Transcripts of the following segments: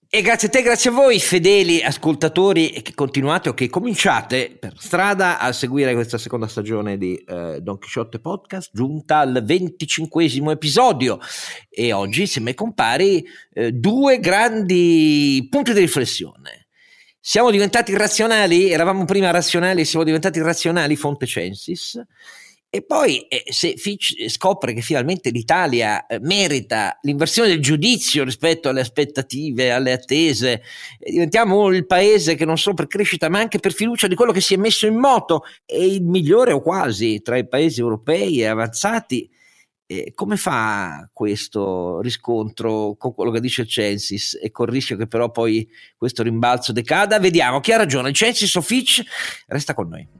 E grazie a te, grazie a voi fedeli ascoltatori che continuate o che cominciate per strada a seguire questa seconda stagione di Don Chisciotte Podcast, giunta al 25esimo episodio, e oggi insieme ai compari due grandi punti di riflessione. Siamo diventati irrazionali? Eravamo prima razionali e siamo diventati irrazionali, fonte Censis. E poi se Fitch scopre che finalmente l'Italia merita l'inversione del giudizio rispetto alle aspettative, alle attese, diventiamo il paese che non solo per crescita ma anche per fiducia di quello che si è messo in moto è il migliore o quasi tra i paesi europei e avanzati, come fa questo riscontro con quello che dice il Censis e col rischio che però poi questo rimbalzo decada? Vediamo chi ha ragione, il Censis o Fitch? Resta con noi.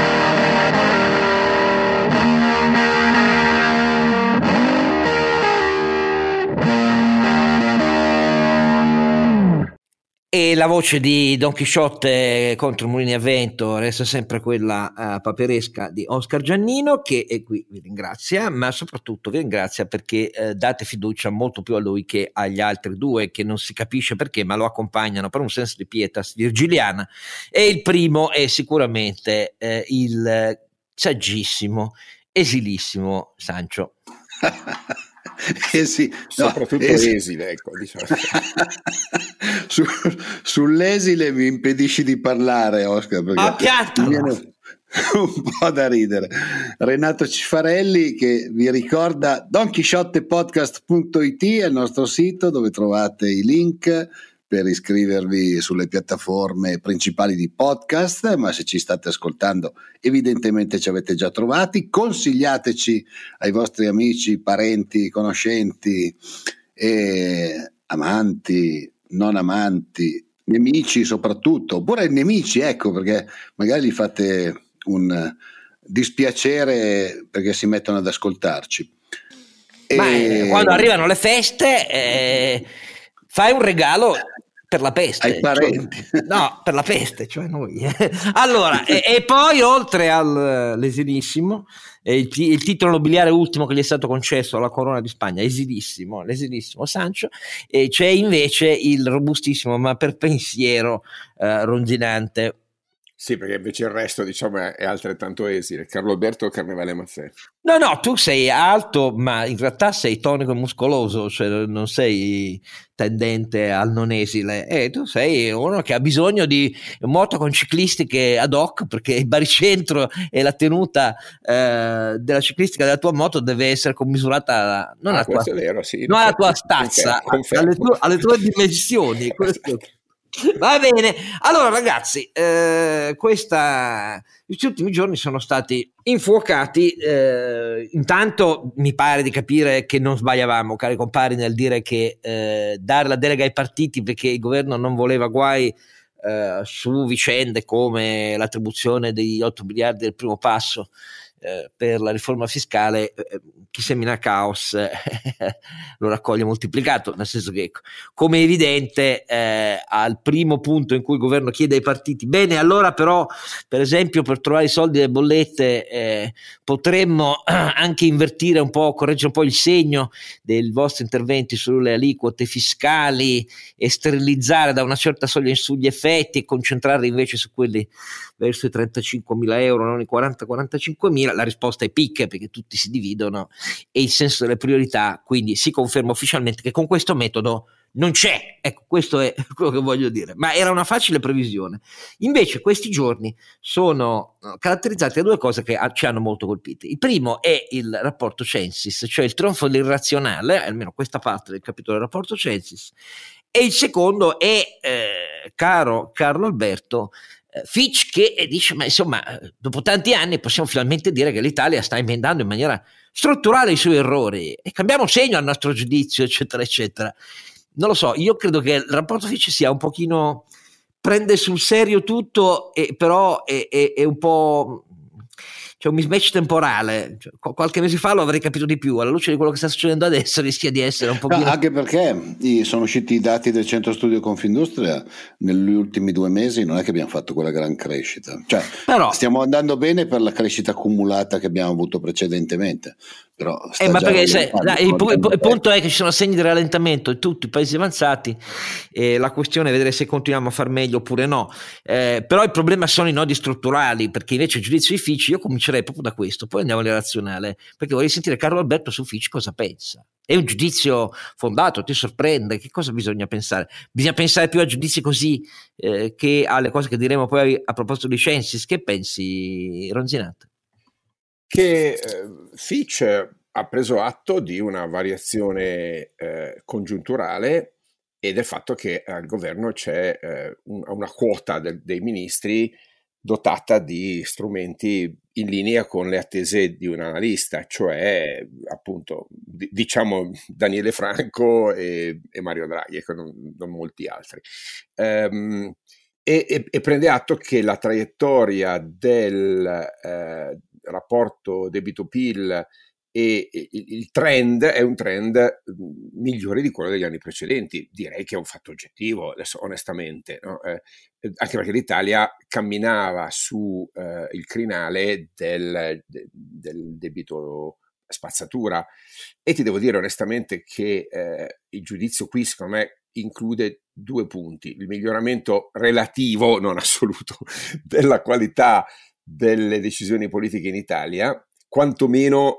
E la voce di Don Chisciotte contro Mulini a Vento resta sempre quella paperesca di Oscar Giannino, che è qui vi ringrazia, ma soprattutto vi ringrazia perché date fiducia molto più a lui che agli altri due, che non si capisce perché, ma lo accompagnano per un senso di pietas virgiliana. E il primo è sicuramente il saggissimo, esilissimo Sancio. Sì, soprattutto esile, ecco, diciamo. Sull'esile mi impedisci di parlare, Oscar, perché mi viene un po' da ridere. Renato Cifarelli che vi ricorda donchisciottepodcast.it è il nostro sito dove trovate i link per iscrivervi sulle piattaforme principali di podcast, ma se ci state ascoltando evidentemente ci avete già trovati. Consigliateci ai vostri amici, parenti, conoscenti, amanti, non amanti, nemici soprattutto, oppure nemici, ecco, perché magari gli fate un dispiacere perché si mettono ad ascoltarci. Ma quando arrivano le feste fai un regalo per la peste, ai parenti, no, per la peste, cioè noi. Allora, e poi oltre all'esilissimo, il titolo nobiliare ultimo che gli è stato concesso alla Corona di Spagna, l'esilissimo Sancho, e c'è invece il robustissimo ma per pensiero ronzinante. Sì, perché invece il resto, diciamo, è altrettanto esile. Carlo Alberto Carnevale Mazzè. No, tu sei alto, ma in realtà sei tonico e muscoloso, cioè non sei tendente al non esile. Tu sei uno che ha bisogno di moto con ciclistiche ad hoc, perché il baricentro e la tenuta della ciclistica della tua moto deve essere commisurata non alla tua, vero, sì, non alla tua stazza, alle tue dimensioni. Questo. Va bene, allora ragazzi, questi ultimi giorni sono stati infuocati. Intanto mi pare di capire che non sbagliavamo, cari compari, nel dire che dare la delega ai partiti perché il governo non voleva guai su vicende come l'attribuzione degli 8 miliardi del primo passo per la riforma fiscale, chi semina caos lo raccoglie moltiplicato, nel senso che come è evidente al primo punto in cui il governo chiede ai partiti bene, allora però per esempio per trovare i soldi delle bollette potremmo anche invertire un po', correggere un po' il segno dei vostri interventi sulle aliquote fiscali e sterilizzare da una certa soglia in su gli effetti e concentrarli invece su quelli verso i 35.000 euro, non i 40-45.000. La risposta è picche, perché tutti si dividono e il senso delle priorità, quindi si conferma ufficialmente che con questo metodo non c'è. Ecco, questo è quello che voglio dire, ma era una facile previsione. Invece questi giorni sono caratterizzati da due cose che ci hanno molto colpiti. Il primo è il rapporto Censis, cioè il trionfo dell'irrazionale, almeno questa parte del capitolo del rapporto Censis, e il secondo è, caro Carlo Alberto, Fitch che dice, ma insomma, dopo tanti anni possiamo finalmente dire che l'Italia sta emendando in maniera strutturale i suoi errori e cambiamo segno al nostro giudizio, eccetera, eccetera. Non lo so, io credo che il rapporto Fitch sia un pochino, prende sul serio tutto, però è un po', c'è un mismatch temporale. Qualche mese fa lo avrei capito di più, alla luce di quello che sta succedendo adesso rischia di essere un po' più... Anche perché sono usciti i dati del Centro Studio Confindustria negli ultimi 2 mesi, non è che abbiamo fatto quella gran crescita, cioè però, stiamo andando bene per la crescita accumulata che abbiamo avuto precedentemente, però ma perché il punto è che ci sono segni di rallentamento in tutti i paesi avanzati, e la questione è vedere se continuiamo a far meglio oppure no, però il problema sono i nodi strutturali, perché invece il giudizio di Fitch io comincerei proprio da questo, poi andiamo all'irrazionale, perché vorrei sentire Carlo Alberto su Fitch cosa pensa. È un giudizio fondato? Ti sorprende? Che cosa bisogna pensare? Bisogna pensare più a giudizi così che alle cose che diremo poi a proposito di Censis. Che pensi, Ronzinato? Che Fitch ha preso atto di una variazione congiunturale e del fatto che al governo c'è una quota dei ministri dotata di strumenti in linea con le attese di un analista, cioè appunto diciamo Daniele Franco e Mario Draghi, non molti altri. E prende atto che la traiettoria del rapporto debito-PIL e il trend è un trend migliore di quello degli anni precedenti. Direi che è un fatto oggettivo, adesso onestamente, no? Anche perché l'Italia camminava su il crinale del debito spazzatura, e ti devo dire onestamente che il giudizio qui secondo me include 2 punti: il miglioramento relativo, non assoluto, della qualità delle decisioni politiche in Italia, quantomeno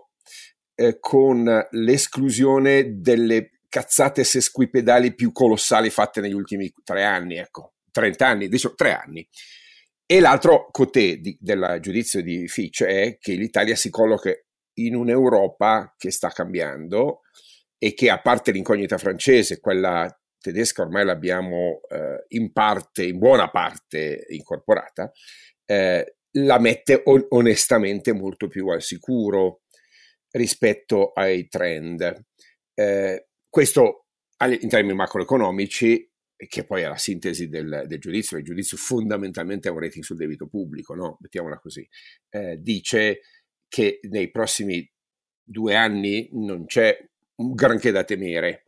con l'esclusione delle cazzate sesquipedali più colossali fatte negli ultimi 3 anni, ecco, 30 anni, diciamo 3 anni. E l'altro cotè del giudizio di Fitch è che l'Italia si colloca in un'Europa che sta cambiando e che, a parte l'incognita francese, quella tedesca ormai l'abbiamo in buona parte incorporata, la mette onestamente molto più al sicuro rispetto ai trend. Questo in termini macroeconomici, che poi è la sintesi del giudizio. Il giudizio fondamentalmente è un rating sul debito pubblico, no? Mettiamola così. Dice che nei prossimi 2 anni non c'è un granché da temere.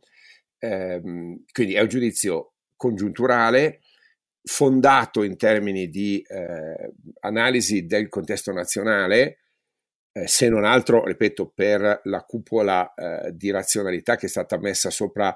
Quindi è un giudizio congiunturale, fondato in termini di analisi del contesto nazionale, se non altro, ripeto, per la cupola di razionalità che è stata messa sopra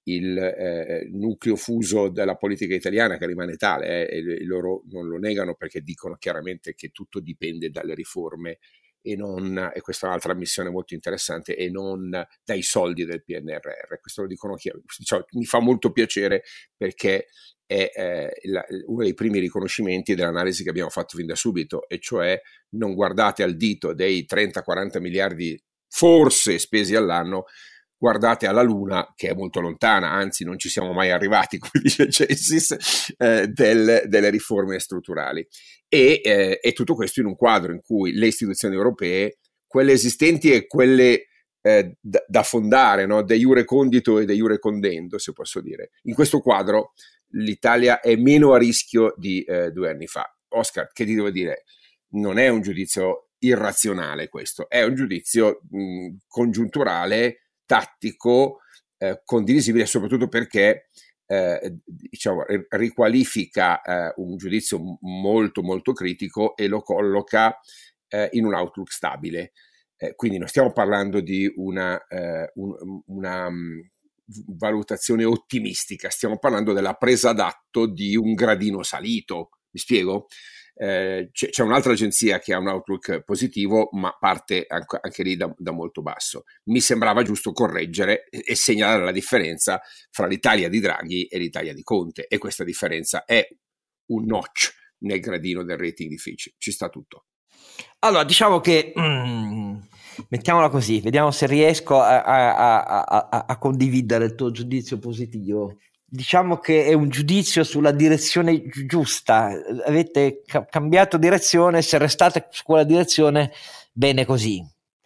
il nucleo fuso della politica italiana, che rimane tale, e loro non lo negano perché dicono chiaramente che tutto dipende dalle riforme e questa è un'altra missione molto interessante, e non dai soldi del PNRR. Questo lo dicono cioè, mi fa molto piacere, perché è uno dei primi riconoscimenti dell'analisi che abbiamo fatto fin da subito, e cioè non guardate al dito dei 30-40 miliardi forse spesi all'anno, guardate alla luna, che è molto lontana, anzi non ci siamo mai arrivati, come dice Censis, delle riforme strutturali. E tutto questo in un quadro in cui le istituzioni europee, quelle esistenti e quelle da fondare, no? De iure condito e de iure condendo, se posso dire. In questo quadro l'Italia è meno a rischio di 2 anni fa. Oscar, che ti devo dire? Non è un giudizio irrazionale questo, è un giudizio congiunturale, tattico, condivisibile, soprattutto perché diciamo, riqualifica un giudizio molto molto critico e lo colloca in un outlook stabile. Quindi non stiamo parlando di una valutazione ottimistica, stiamo parlando della presa d'atto di un gradino salito. Mi spiego? C'è un'altra agenzia che ha un outlook positivo, ma parte anche lì da molto basso. Mi sembrava giusto correggere e segnalare la differenza fra l'Italia di Draghi e l'Italia di Conte, e questa differenza è un notch nel gradino del rating di Fitch. Ci sta tutto. Allora, diciamo che mettiamola così, vediamo se riesco a condividere il tuo giudizio positivo. Diciamo che è un giudizio sulla direzione giusta, avete cambiato direzione, se restate su quella direzione bene così.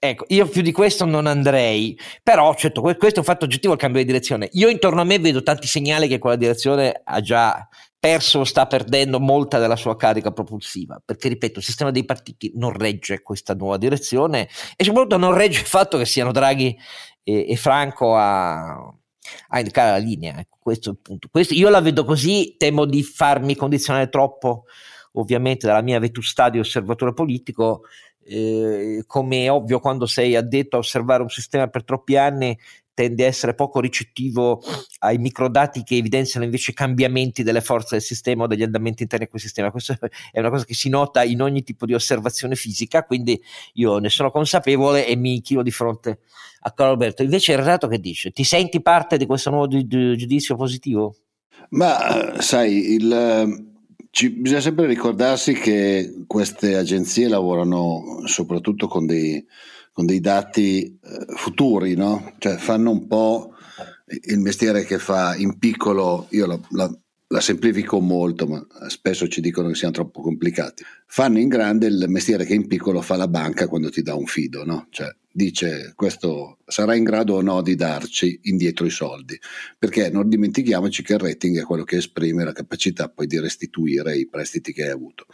Ecco, io più di questo non andrei, però certo, questo è un fatto oggettivo, il cambio di direzione. Io intorno a me vedo tanti segnali che quella direzione ha già perso o sta perdendo molta della sua carica propulsiva, perché ripeto, il sistema dei partiti non regge questa nuova direzione e soprattutto non regge il fatto che siano Draghi e Franco a indicare la linea. Ecco, questo è il punto. Io la vedo così, temo di farmi condizionare troppo, ovviamente, dalla mia vetustà di osservatore politico. Come è ovvio, quando sei addetto a osservare un sistema per troppi anni tende a essere poco ricettivo ai microdati che evidenziano invece cambiamenti delle forze del sistema o degli andamenti interni a quel sistema. Questa è una cosa che si nota in ogni tipo di osservazione fisica, quindi io ne sono consapevole e mi chino di fronte a Carlo Alberto. Invece Renato, che dice? Ti senti parte di questo nuovo giudizio positivo? Ma sai, bisogna sempre ricordarsi che queste agenzie lavorano soprattutto con dei dati futuri, no? Cioè fanno un po' il mestiere che fa in piccolo, io la semplifico molto, ma spesso ci dicono che siano troppo complicati. Fanno in grande il mestiere che in piccolo fa la banca quando ti dà un fido, no? Cioè dice: questo sarà in grado o no di darci indietro i soldi, perché non dimentichiamoci che il rating è quello che esprime la capacità poi di restituire i prestiti che hai avuto.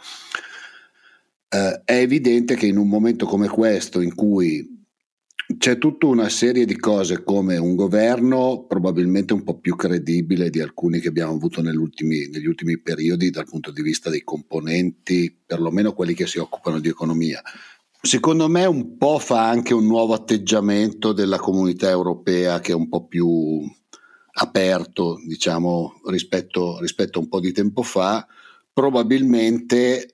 È evidente che in un momento come questo, in cui c'è tutta una serie di cose, come un governo probabilmente un po' più credibile di alcuni che abbiamo avuto negli ultimi periodi dal punto di vista dei componenti, perlomeno quelli che si occupano di economia, secondo me un po' fa anche un nuovo atteggiamento della comunità europea, che è un po' più aperto, diciamo, rispetto a un po' di tempo fa. Probabilmente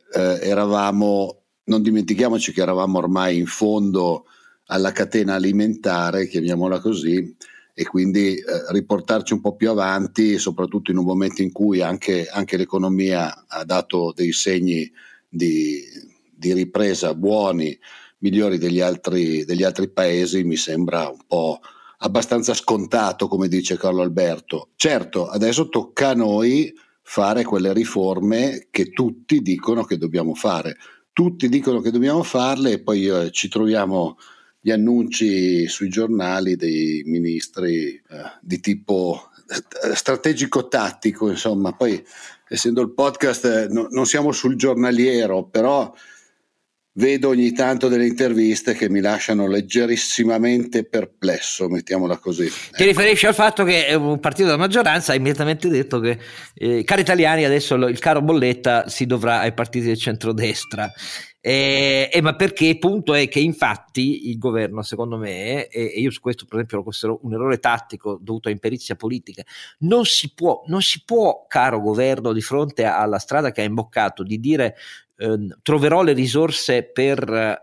non dimentichiamoci che eravamo ormai in fondo alla catena alimentare, chiamiamola così, e quindi riportarci un po' più avanti, soprattutto in un momento in cui anche l'economia ha dato dei segni di ripresa buoni, migliori degli altri paesi, mi sembra un po' abbastanza scontato, come dice Carlo Alberto. Certo, adesso tocca a noi fare quelle riforme che tutti dicono che dobbiamo fare. Tutti dicono che dobbiamo farle e poi ci troviamo gli annunci sui giornali dei ministri di tipo strategico-tattico, insomma. Poi, essendo il podcast, non siamo sul giornaliero, però vedo ogni tanto delle interviste che mi lasciano leggerissimamente perplesso, mettiamola così. Ti riferisci al fatto che un partito della maggioranza ha immediatamente detto che, cari italiani, adesso il caro bolletta si dovrà ai partiti del centrodestra. Ma perché il punto è che infatti il governo, secondo me, e io su questo per esempio lo considero un errore tattico dovuto a imperizia politica, non si può, caro governo, di fronte alla strada che ha imboccato, di dire troverò le risorse per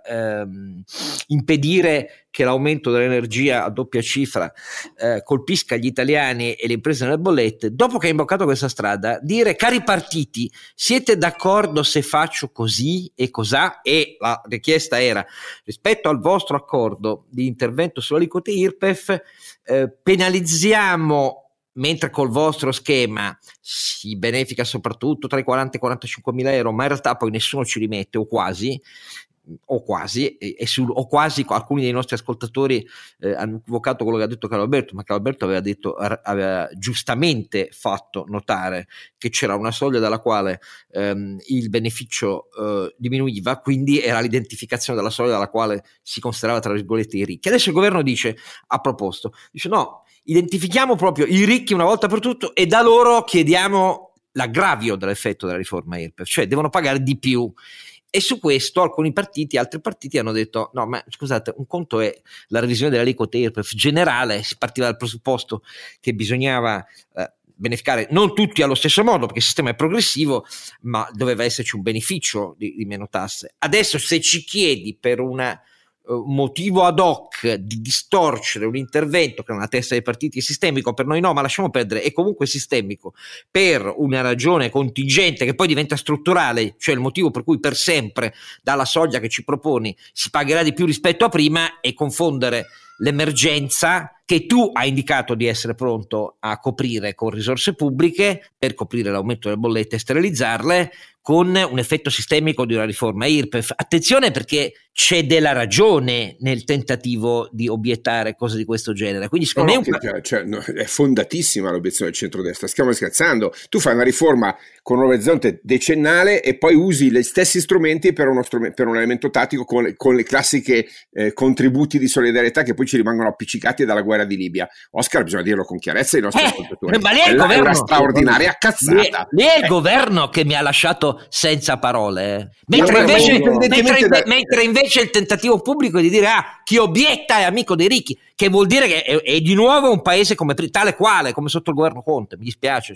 impedire che l'aumento dell'energia a doppia cifra colpisca gli italiani e le imprese nelle bollette. Dopo che ha imboccato questa strada, dire: cari partiti, siete d'accordo se faccio così e cos'ha? E la richiesta era: rispetto al vostro accordo di intervento sulle aliquote IRPEF, penalizziamo, mentre col vostro schema si benefica soprattutto tra i 40 e i 45 mila euro, ma in realtà poi nessuno ci rimette, o quasi, alcuni dei nostri ascoltatori hanno evocato quello che ha detto Carlo Alberto, ma Carlo Alberto aveva giustamente fatto notare che c'era una soglia dalla quale il beneficio diminuiva, quindi era l'identificazione della soglia dalla quale si considerava, tra virgolette, i ricchi. Adesso il governo dice, a proposito, no, identifichiamo proprio i ricchi una volta per tutto e da loro chiediamo l'aggravio dell'effetto della riforma IRPEF, cioè devono pagare di più. E su questo altri partiti hanno detto: no, ma scusate, un conto è la revisione delle aliquote IRPEF generale, si partiva dal presupposto che bisognava beneficiare non tutti allo stesso modo, perché il sistema è progressivo, ma doveva esserci un beneficio di meno tasse. Adesso, se ci chiedi per un motivo ad hoc di distorcere un intervento che nella testa dei partiti è sistemico, per noi no, ma lasciamo perdere, è comunque sistemico per una ragione contingente che poi diventa strutturale, cioè il motivo per cui per sempre dalla soglia che ci proponi si pagherà di più rispetto a prima, e confondere l'emergenza che tu hai indicato di essere pronto a coprire con risorse pubbliche per coprire l'aumento delle bollette e sterilizzarle, con un effetto sistemico di una riforma IRPEF. Attenzione, perché c'è della ragione nel tentativo di obiettare cose di questo genere. Quindi secondo me è fondatissima l'obiezione del centrodestra. Stiamo scherzando. Tu fai una riforma con un orizzonte decennale e poi usi gli stessi strumenti per un elemento tattico con le classiche contributi di solidarietà che poi ci rimangono appiccicati dalla guerra di Libia. Oscar, bisogna dirlo con chiarezza ai nostri ascoltatori. Ma lì è il governo, è una straordinaria cazzata. Lì è il governo che mi ha lasciato senza parole, mentre invece il tentativo pubblico è di dire chi obietta è amico dei ricchi, che vuol dire che è di nuovo un paese come tale quale, come sotto il governo Conte. Mi dispiace,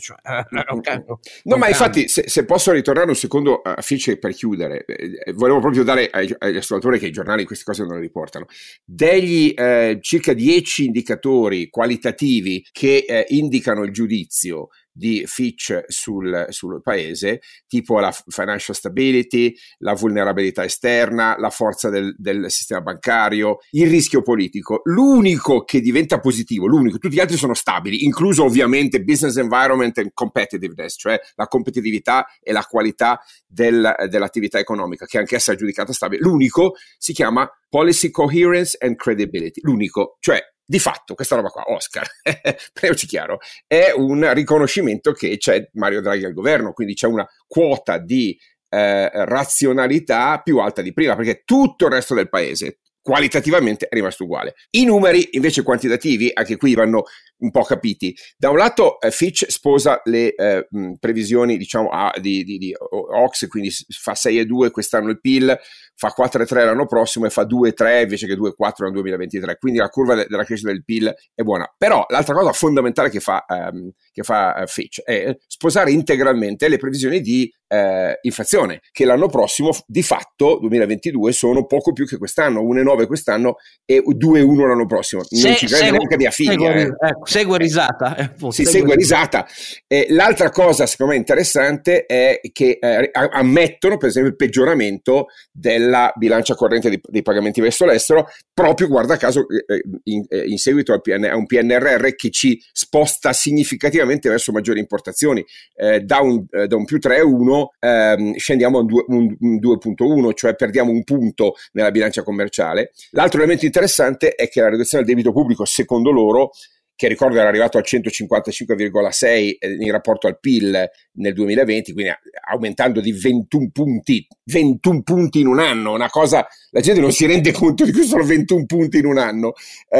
ma infatti se posso ritornare un secondo a Fitch per chiudere, volevo proprio dare agli ascoltatori, che i giornali queste cose non le riportano, degli circa 10 indicatori qualitativi che indicano il giudizio di Fitch sul paese, tipo la financial stability, la vulnerabilità esterna, la forza del sistema bancario, il rischio politico. L'unico che diventa positivo, tutti gli altri sono stabili, incluso ovviamente business environment and competitiveness, cioè la competitività e la qualità dell'attività economica, che anch'essa è giudicata stabile. L'unico si chiama policy coherence and credibility, l'unico, cioè di fatto questa roba qua, Oscar, prendiamoci chiaro, è un riconoscimento che c'è Mario Draghi al governo, quindi c'è una quota di razionalità più alta di prima, perché tutto il resto del paese qualitativamente è rimasto uguale. I numeri invece quantitativi, anche qui vanno un po' capiti. Da un lato Fitch sposa le previsioni diciamo di Ox, quindi fa 6,2 quest'anno il PIL, fa 4,3 l'anno prossimo e fa 2,3 invece che 2,4 nel 2023, quindi la curva della crescita del PIL è buona. Però l'altra cosa fondamentale che fa Fitch è sposare integralmente le previsioni di inflazione, che l'anno prossimo di fatto 2022 sono poco più che quest'anno, 1,9 quest'anno e 2,1 l'anno prossimo. Non ci crede neanche mia figlia. Segue risata. Segue risata. L'altra cosa secondo me interessante è che ammettono per esempio il peggioramento della bilancia corrente dei pagamenti verso l'estero, proprio guarda caso in seguito a un PNRR che ci sposta significativamente verso maggiori importazioni, da un più 3,1 scendiamo a un 2,1, cioè perdiamo un punto nella bilancia commerciale. L'altro elemento interessante è che la riduzione del debito pubblico, secondo loro, che ricordo era arrivato al 155,6 in rapporto al PIL nel 2020, quindi aumentando di 21 punti in un anno, una cosa, la gente non si rende conto di che sono 21 punti in un anno,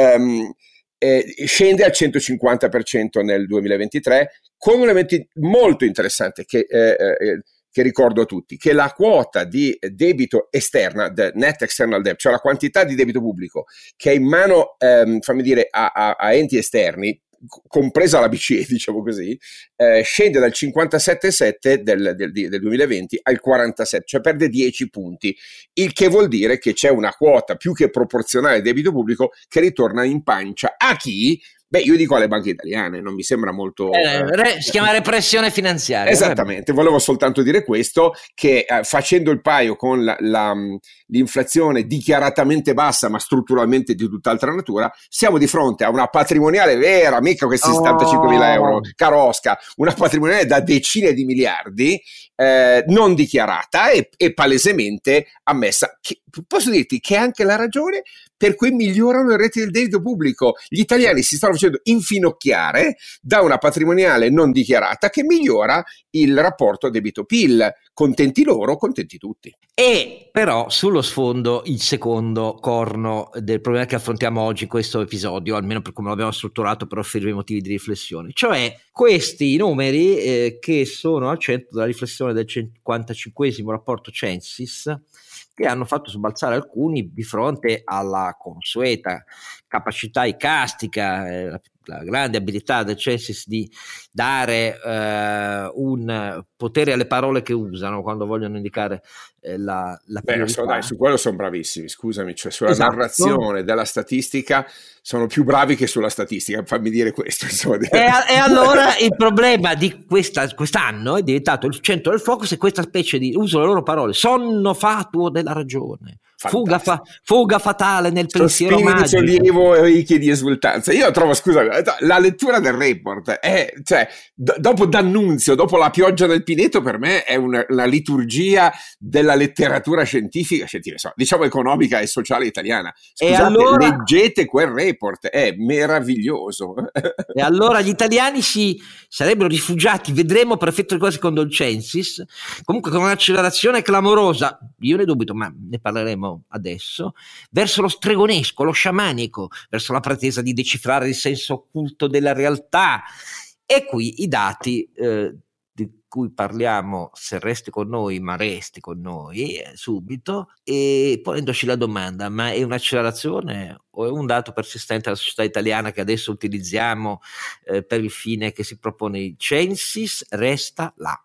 scende al 150% nel 2023, con un elemento molto interessante che ricordo a tutti, che la quota di debito esterna, net external debt, cioè la quantità di debito pubblico che è in mano, a enti esterni, compresa la BCE, diciamo così, scende dal 57,7 del 2020 al 47, cioè perde 10 punti, il che vuol dire che c'è una quota più che proporzionale del debito pubblico che ritorna in pancia a chi? Beh, io dico alle banche italiane, non mi sembra molto... si chiama repressione finanziaria. Esattamente, volevo soltanto dire questo, che facendo il paio con l'inflazione dichiaratamente bassa ma strutturalmente di tutt'altra natura, siamo di fronte a una patrimoniale vera, mica questi 75.000 euro, caro Oscar, una patrimoniale da decine di miliardi, non dichiarata e palesemente ammessa. Posso dirti che è anche la ragione per cui migliorano le reti del debito pubblico. Gli italiani si stanno facendo infinocchiare da una patrimoniale non dichiarata che migliora il rapporto debito-PIL. Contenti loro, contenti tutti. E però sullo sfondo il secondo corno del problema che affrontiamo oggi in questo episodio, almeno per come lo abbiamo strutturato per offrire motivi di riflessione, cioè questi numeri che sono al centro della riflessione del 55esimo rapporto Censis, che hanno fatto sobbalzare alcuni di fronte alla consueta capacità icastica, la grande abilità del Censis di dare un potere alle parole che usano quando vogliono indicare la priorità. Dai, su quello sono bravissimi, scusami, cioè sulla narrazione della statistica sono più bravi che sulla statistica, fammi dire questo. E allora il problema di quest'anno è diventato il centro del focus, è questa specie di, uso le loro parole, sonno fatuo della ragione. Fuga fatale nel pensiero magico, sollievo e ricchi di esultanza. Io trovo, scusami, la lettura del report è, cioè, dopo D'Annunzio, dopo La pioggia del Pineto, per me è una liturgia della letteratura scientifica, diciamo economica e sociale italiana. Scusate, e allora, leggete quel report, è meraviglioso. E allora gli italiani si sarebbero rifugiati, vedremo per effetto di cosa secondo il Censis, comunque con un'accelerazione clamorosa, io ne dubito, ma ne parleremo adesso, verso lo stregonesco, lo sciamanico, verso la pretesa di decifrare il senso occulto della realtà. E qui i dati di cui parliamo, se resti con noi, ma resti con noi subito, e ponendoci la domanda: ma è un'accelerazione o è un dato persistente della società italiana che adesso utilizziamo per il fine che si propone il Censis? Resta là.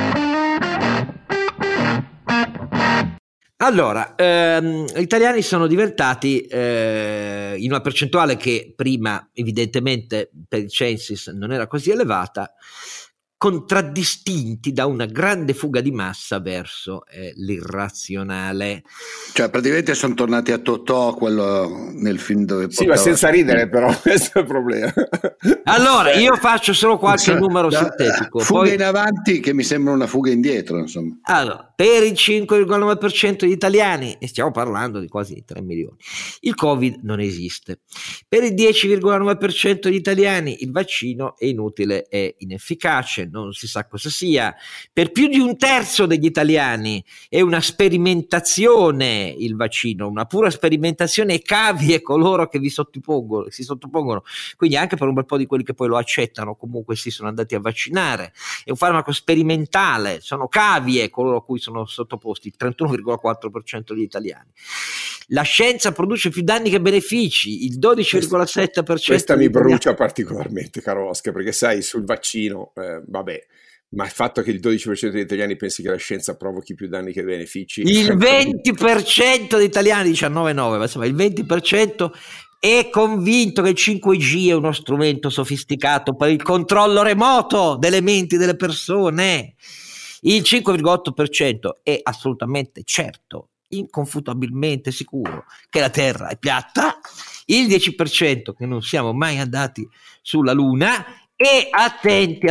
Allora, gli italiani sono diventati in una percentuale che prima evidentemente per il Censis non era così elevata, contraddistinti da una grande fuga di massa verso l'irrazionale. Cioè praticamente sono tornati a Totò, quello nel film dove sì, ma senza ridere, però questo è il problema. Allora io faccio solo qualche numero sintetico, fuga poi in avanti che mi sembra una fuga indietro, insomma. Allora, per il 5,9% degli italiani, e stiamo parlando di quasi 3 milioni, il Covid non esiste. Per il 10,9% degli italiani il vaccino è inutile e inefficace, non si sa cosa sia. Per più di un terzo degli italiani è una sperimentazione il vaccino, una pura sperimentazione, e cavie coloro che si sottopongono, quindi anche per un bel po' di quelli che poi lo accettano comunque si sono andati a vaccinare. È un farmaco sperimentale, sono cavie coloro a cui sono sottoposti, il 31,4% degli italiani. La scienza produce più danni che benefici, il 12,7%. Questa mi brucia particolarmente, caro Oscar, perché sai, sul vaccino, vabbè, ma il fatto che il 12% degli italiani pensi che la scienza provochi più danni che benefici. Il 20% degli italiani, 19,9%, ma insomma il 20% è convinto che il 5G è uno strumento sofisticato per il controllo remoto delle menti delle persone. Il 5,8% è assolutamente certo, inconfutabilmente sicuro che la Terra è piatta, il 10% che non siamo mai andati sulla Luna, e attenti,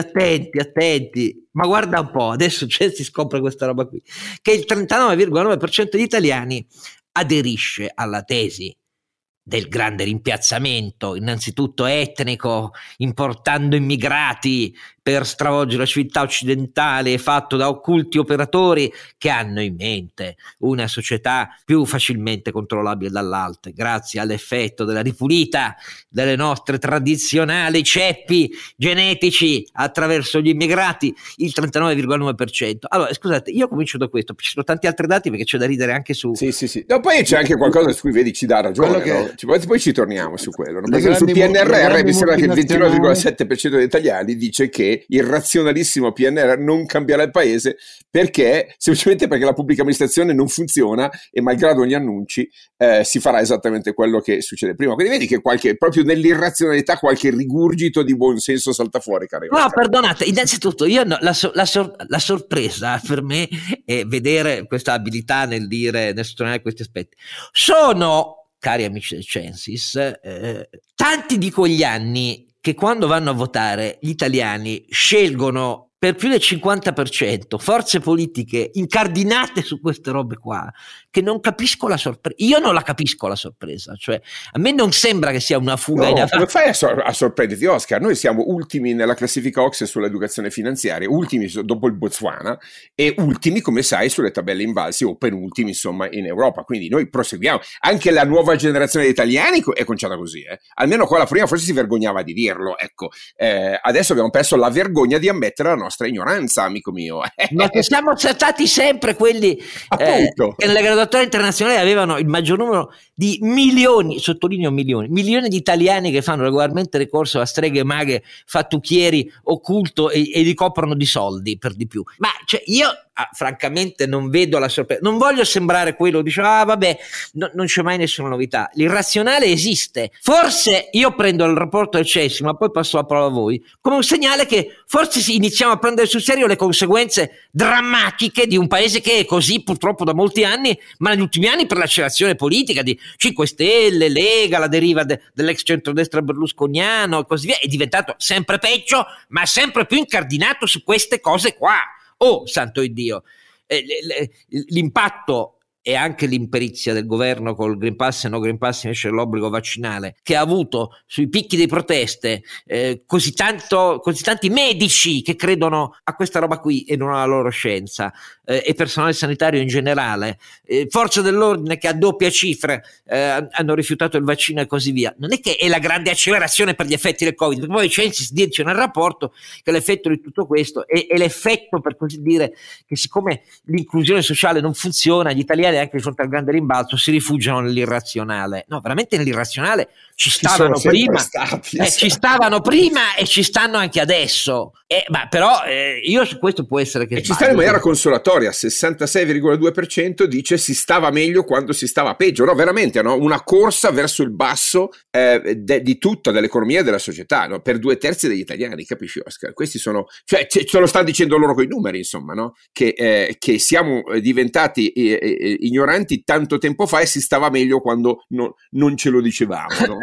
ma guarda un po', adesso si scopre questa roba qui, che il 39,9% degli italiani aderisce alla tesi del grande rimpiazzamento, innanzitutto etnico, importando immigrati per stravolgere la civiltà occidentale, fatto da occulti operatori che hanno in mente una società più facilmente controllabile dall'alto, grazie all'effetto della ripulita delle nostre tradizionali ceppi genetici attraverso gli immigrati, il 39,9%. Allora, scusate, io comincio da questo, ci sono tanti altri dati perché c'è da ridere anche su... Sì. No, poi c'è anche qualcosa su cui vedi ci dà ragione, no? Poi ci torniamo su quello. Sul PNRR mi sembra che il 29,7% degli italiani dice che il razionalissimo PNRR non cambierà il paese semplicemente perché la pubblica amministrazione non funziona e malgrado gli annunci si farà esattamente quello che succede prima. Quindi vedi che proprio nell'irrazionalità qualche rigurgito di buonsenso salta fuori, caro. No, perdonate, innanzitutto io la sorpresa per me è vedere questa abilità nel sottolineare questi aspetti. Sono, cari amici del Censis, tanti di quegli anni che quando vanno a votare gli italiani scelgono per più del 50% forze politiche incardinate su queste robe qua, che non capisco la sorpresa. Io non la capisco la sorpresa, cioè a me non sembra che sia una fuga in avanti. Come fai a sorprenderti, Oscar? Noi siamo ultimi nella classifica OCSE sull'educazione finanziaria, ultimi dopo il Botswana e ultimi, come sai, sulle tabelle invalsi, o penultimi insomma in Europa, quindi noi proseguiamo. Anche la nuova generazione di italiani è conciata così, almeno quella prima forse si vergognava di dirlo, ecco. Adesso abbiamo perso la vergogna di ammettere la nostra nostra ignoranza, amico mio. Ma che siamo stati sempre quelli che nelle graduatorie internazionali avevano il maggior numero di milioni, sottolineo milioni di italiani che fanno regolarmente ricorso a streghe, maghe, fattucchieri, occulto e li coprono di soldi per di più. Ma cioè, io francamente non vedo la sorpresa, non voglio sembrare quello, dice vabbè, non c'è mai nessuna novità. L'irrazionale esiste. Forse io prendo il rapporto del CESI, ma poi passo la parola a voi, come un segnale che forse iniziamo a prendere sul serio le conseguenze drammatiche di un paese che è così purtroppo da molti anni, ma negli ultimi anni per l'accelerazione politica di 5 Stelle, Lega, la deriva dell'ex centrodestra berlusconiano e così via, è diventato sempre peggio, ma sempre più incardinato su queste cose qua. Oh, santo Dio, l'impatto e anche l'imperizia del governo col Green Pass e no Green Pass invece dell'obbligo vaccinale che ha avuto sui picchi di proteste così tanti medici che credono a questa roba qui e non alla loro scienza, e personale sanitario in generale, forze dell'ordine che a doppia cifra hanno rifiutato il vaccino e così via. Non è che è la grande accelerazione per gli effetti del Covid, perché poi i Censis dice nel rapporto che l'effetto di tutto questo è l'effetto, per così dire, che siccome l'inclusione sociale non funziona, gli italiani anche di fronte al grande rimbalzo si rifugiano nell'irrazionale. No, veramente nell'irrazionale ci stavano prima, ci stavano prima e ci stanno anche adesso. Ma però io su questo può essere che ci sta in maniera consolatoria. 66,2% dice si stava meglio quando si stava peggio. No, veramente, no? Una corsa verso il basso di tutta, dell'economia e della società, no? Per 2/3 degli italiani, capisci, Oscar? Questi sono, cioè ce lo stanno dicendo loro coi numeri, insomma, no? Che siamo diventati ignoranti tanto tempo fa e si stava meglio quando non ce lo dicevamo, no?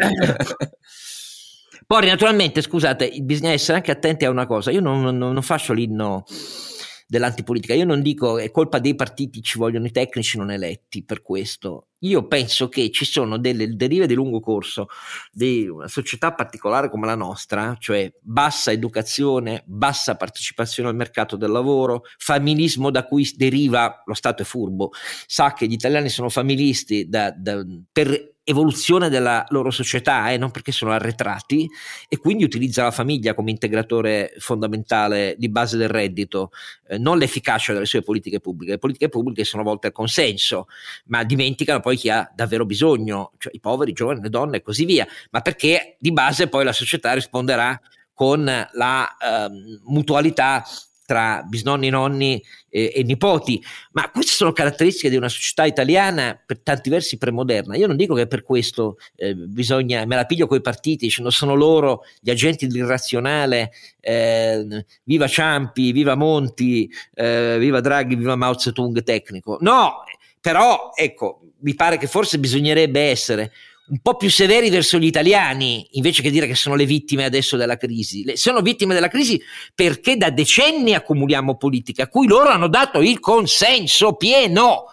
Poi naturalmente, scusate, bisogna essere anche attenti a una cosa. Io non faccio l'inno dell'antipolitica, io non dico è colpa dei partiti, ci vogliono i tecnici non eletti per questo. Io penso che ci sono delle derive di lungo corso di una società particolare come la nostra, cioè bassa educazione, bassa partecipazione al mercato del lavoro, familismo da cui deriva, lo Stato è furbo, sa che gli italiani sono familisti per evoluzione della loro società, non perché sono arretrati, e quindi utilizza la famiglia come integratore fondamentale di base del reddito, non l'efficacia delle sue politiche pubbliche. Le politiche pubbliche sono volte al consenso, ma dimenticano poi chi ha davvero bisogno, cioè i poveri, i giovani, le donne e così via, ma perché di base poi la società risponderà con la mutualità tra bisnonni, nonni e nipoti. Ma queste sono caratteristiche di una società italiana per tanti versi premoderna. Io non dico che per questo bisogna, me la piglio coi partiti dicendo sono loro gli agenti dell'irrazionale, viva Ciampi, viva Monti, viva Draghi, viva Mao Zedong tecnico. No, però ecco, mi pare che forse bisognerebbe essere un po' più severi verso gli italiani, invece che dire che sono le vittime adesso della crisi. Sono vittime della crisi perché da decenni accumuliamo politiche a cui loro hanno dato il consenso pieno,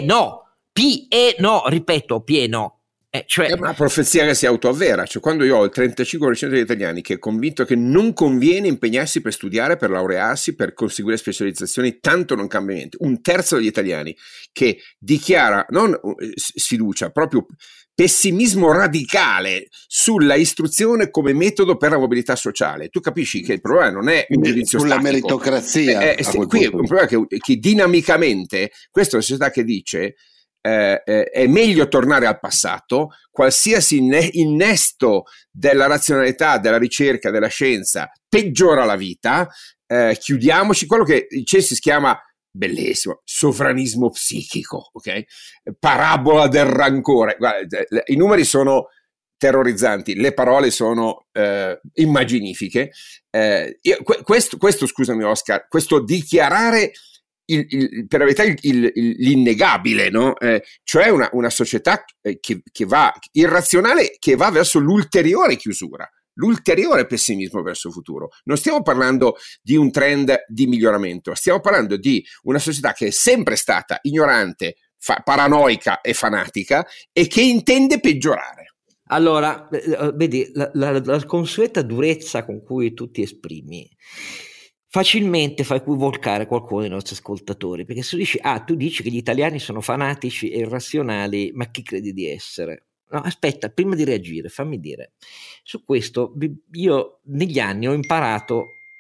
ripeto, pieno. Cioè, è una profezia che si autoavvera. Cioè, quando io ho il 35% degli italiani che è convinto che non conviene impegnarsi per studiare, per laurearsi, per conseguire specializzazioni, tanto non cambia niente. 1/3 degli italiani che dichiara non sfiducia, proprio pessimismo radicale sulla istruzione come metodo per la mobilità sociale. Tu capisci che il problema non è un giudizio sulla statico. Meritocrazia. Qui è un problema che dinamicamente, questa è una società che dice è meglio tornare al passato, qualsiasi innesto della razionalità, della ricerca, della scienza peggiora la vita, chiudiamoci, quello che il Censis chiama, bellissimo, sovranismo psichico, ok? Parabola del rancore. Guarda, i numeri sono terrorizzanti, le parole sono immaginifiche. Questo, scusami Oscar, questo dichiarare per la verità l'innegabile, no? Cioè una società che va irrazionale, che va verso l'ulteriore chiusura, l'ulteriore pessimismo verso il futuro. Non stiamo parlando di un trend di miglioramento, stiamo parlando di una società che è sempre stata ignorante, paranoica e fanatica e che intende peggiorare. Allora, vedi, la consueta durezza con cui tu ti esprimi facilmente fa equivocare qualcuno dei nostri ascoltatori, perché se tu dici che gli italiani sono fanatici e irrazionali, ma chi credi di essere? No, aspetta, prima di reagire, fammi dire. Su questo io negli anni ho imparato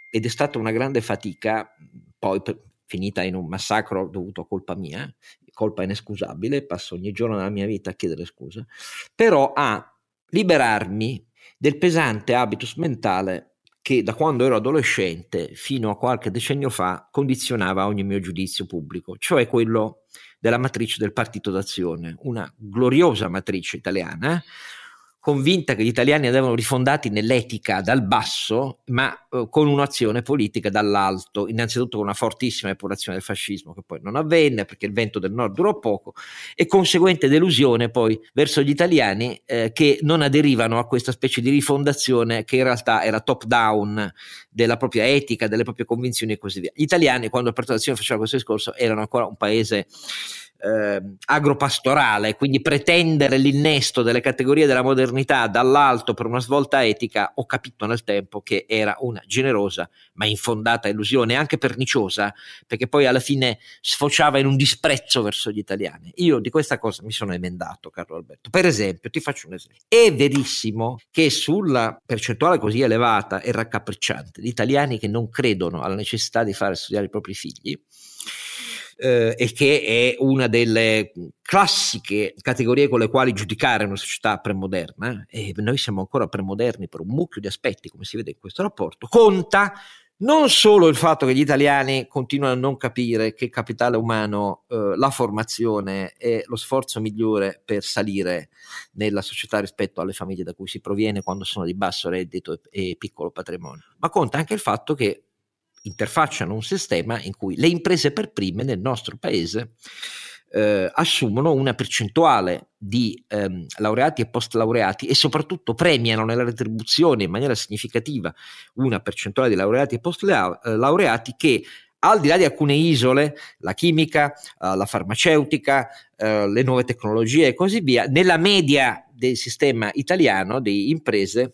ed è stata una grande fatica, poi finita in un massacro dovuto a colpa mia, colpa inescusabile, passo ogni giorno della mia vita a chiedere scusa, però a liberarmi del pesante habitus mentale che da quando ero adolescente fino a qualche decennio fa condizionava ogni mio giudizio pubblico, cioè quello della matrice del Partito d'Azione, una gloriosa matrice italiana, convinta che gli italiani andavano rifondati nell'etica dal basso, ma con un'azione politica dall'alto, innanzitutto con una fortissima epurazione del fascismo, che poi non avvenne perché il vento del nord durò poco, e conseguente delusione poi verso gli italiani che non aderivano a questa specie di rifondazione che in realtà era top down della propria etica, delle proprie convinzioni e così via. Gli italiani, quando il Partito d'Azione faceva questo discorso, erano ancora un paese agropastorale, quindi pretendere l'innesto delle categorie della modernità dall'alto per una svolta etica, ho capito nel tempo che era una generosa ma infondata illusione, anche perniciosa, perché poi alla fine sfociava in un disprezzo verso gli italiani. Io di questa cosa mi sono emendato, Carlo Alberto. Per esempio, ti faccio un esempio: è verissimo che sulla percentuale così elevata e raccapricciante di italiani che non credono alla necessità di fare studiare i propri figli, e che è una delle classiche categorie con le quali giudicare una società premoderna, e noi siamo ancora premoderni per un mucchio di aspetti, come si vede in questo rapporto, conta non solo il fatto che gli italiani continuano a non capire che il capitale umano, la formazione è lo sforzo migliore per salire nella società rispetto alle famiglie da cui si proviene quando sono di basso reddito e piccolo patrimonio, ma conta anche il fatto che interfacciano un sistema in cui le imprese per prime nel nostro paese assumono una percentuale di laureati e post laureati e soprattutto premiano nella retribuzione in maniera significativa una percentuale di laureati e post laureati che, al di là di alcune isole, la chimica, la farmaceutica, le nuove tecnologie e così via, nella media del sistema italiano di imprese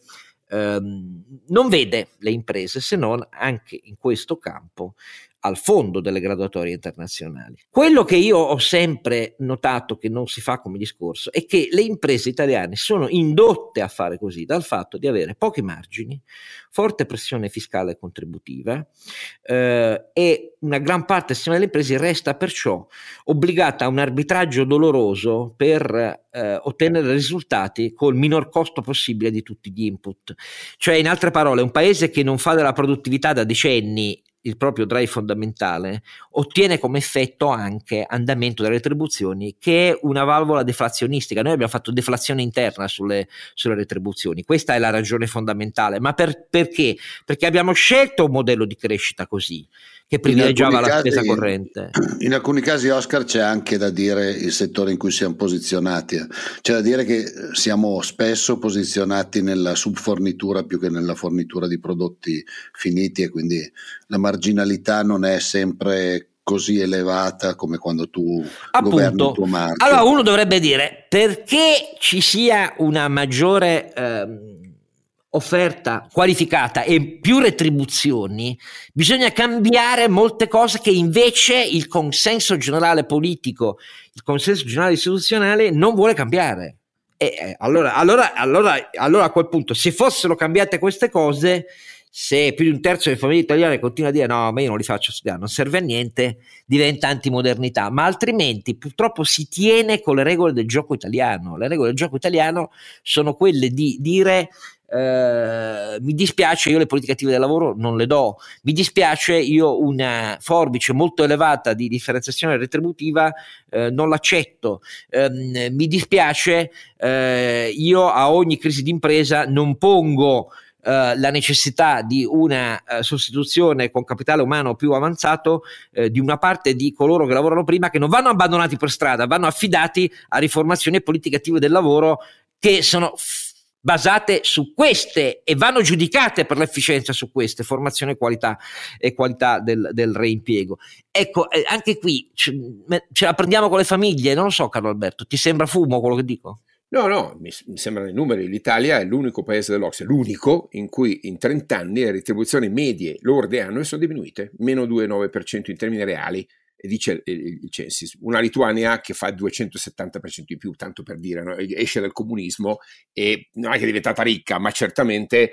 non vede le imprese, se non anche in questo campo al fondo delle graduatorie internazionali. Quello che io ho sempre notato che non si fa come discorso è che le imprese italiane sono indotte a fare così dal fatto di avere pochi margini, forte pressione fiscale e contributiva, e una gran parte delle imprese resta perciò obbligata a un arbitraggio doloroso per ottenere risultati col minor costo possibile di tutti gli input. Cioè, in altre parole, un paese che non fa della produttività da decenni il proprio drive fondamentale ottiene come effetto anche andamento delle retribuzioni, che è una valvola deflazionistica. Noi abbiamo fatto deflazione interna sulle retribuzioni, questa è la ragione fondamentale. Ma perché? Perché abbiamo scelto un modello di crescita così, che privilegiava la spesa corrente. In alcuni casi, Oscar, c'è anche da dire il settore in cui siamo posizionati. C'è da dire che siamo spesso posizionati nella subfornitura più che nella fornitura di prodotti finiti, e quindi la marginalità non è sempre così elevata come quando tu governi il tuo marchio. Allora uno dovrebbe dire, perché ci sia una maggiore offerta qualificata e più retribuzioni, bisogna cambiare molte cose che invece il consenso generale politico, il consenso generale istituzionale non vuole cambiare. E allora a quel punto, se fossero cambiate queste cose, se più di un terzo delle famiglie italiane continua a dire no, ma io non li faccio studiare, non serve a niente, diventa antimodernità. Ma altrimenti purtroppo si tiene con le regole del gioco italiano. Le regole del gioco italiano sono quelle di dire mi dispiace, io le politiche attive del lavoro non le do, mi dispiace, io una forbice molto elevata di differenziazione retributiva non l'accetto, mi dispiace, io a ogni crisi d'impresa non pongo la necessità di una sostituzione con capitale umano più avanzato di una parte di coloro che lavorano prima, che non vanno abbandonati per strada, vanno affidati a riformazioni e politiche attive del lavoro che sono basate su queste e vanno giudicate per l'efficienza su queste, formazione e qualità del reimpiego. Ecco, anche qui ce la prendiamo con le famiglie, non lo so, Carlo Alberto, ti sembra fumo quello che dico? No, mi sembrano i numeri. L'Italia è l'unico paese dell'OCSE, l'unico in cui in 30 anni le retribuzioni medie lorde annue sono diminuite, meno 2,9% in termini reali, dice il Censis, una Lituania che fa il 270% in più, tanto per dire, no? Esce dal comunismo e non è che è diventata ricca, ma certamente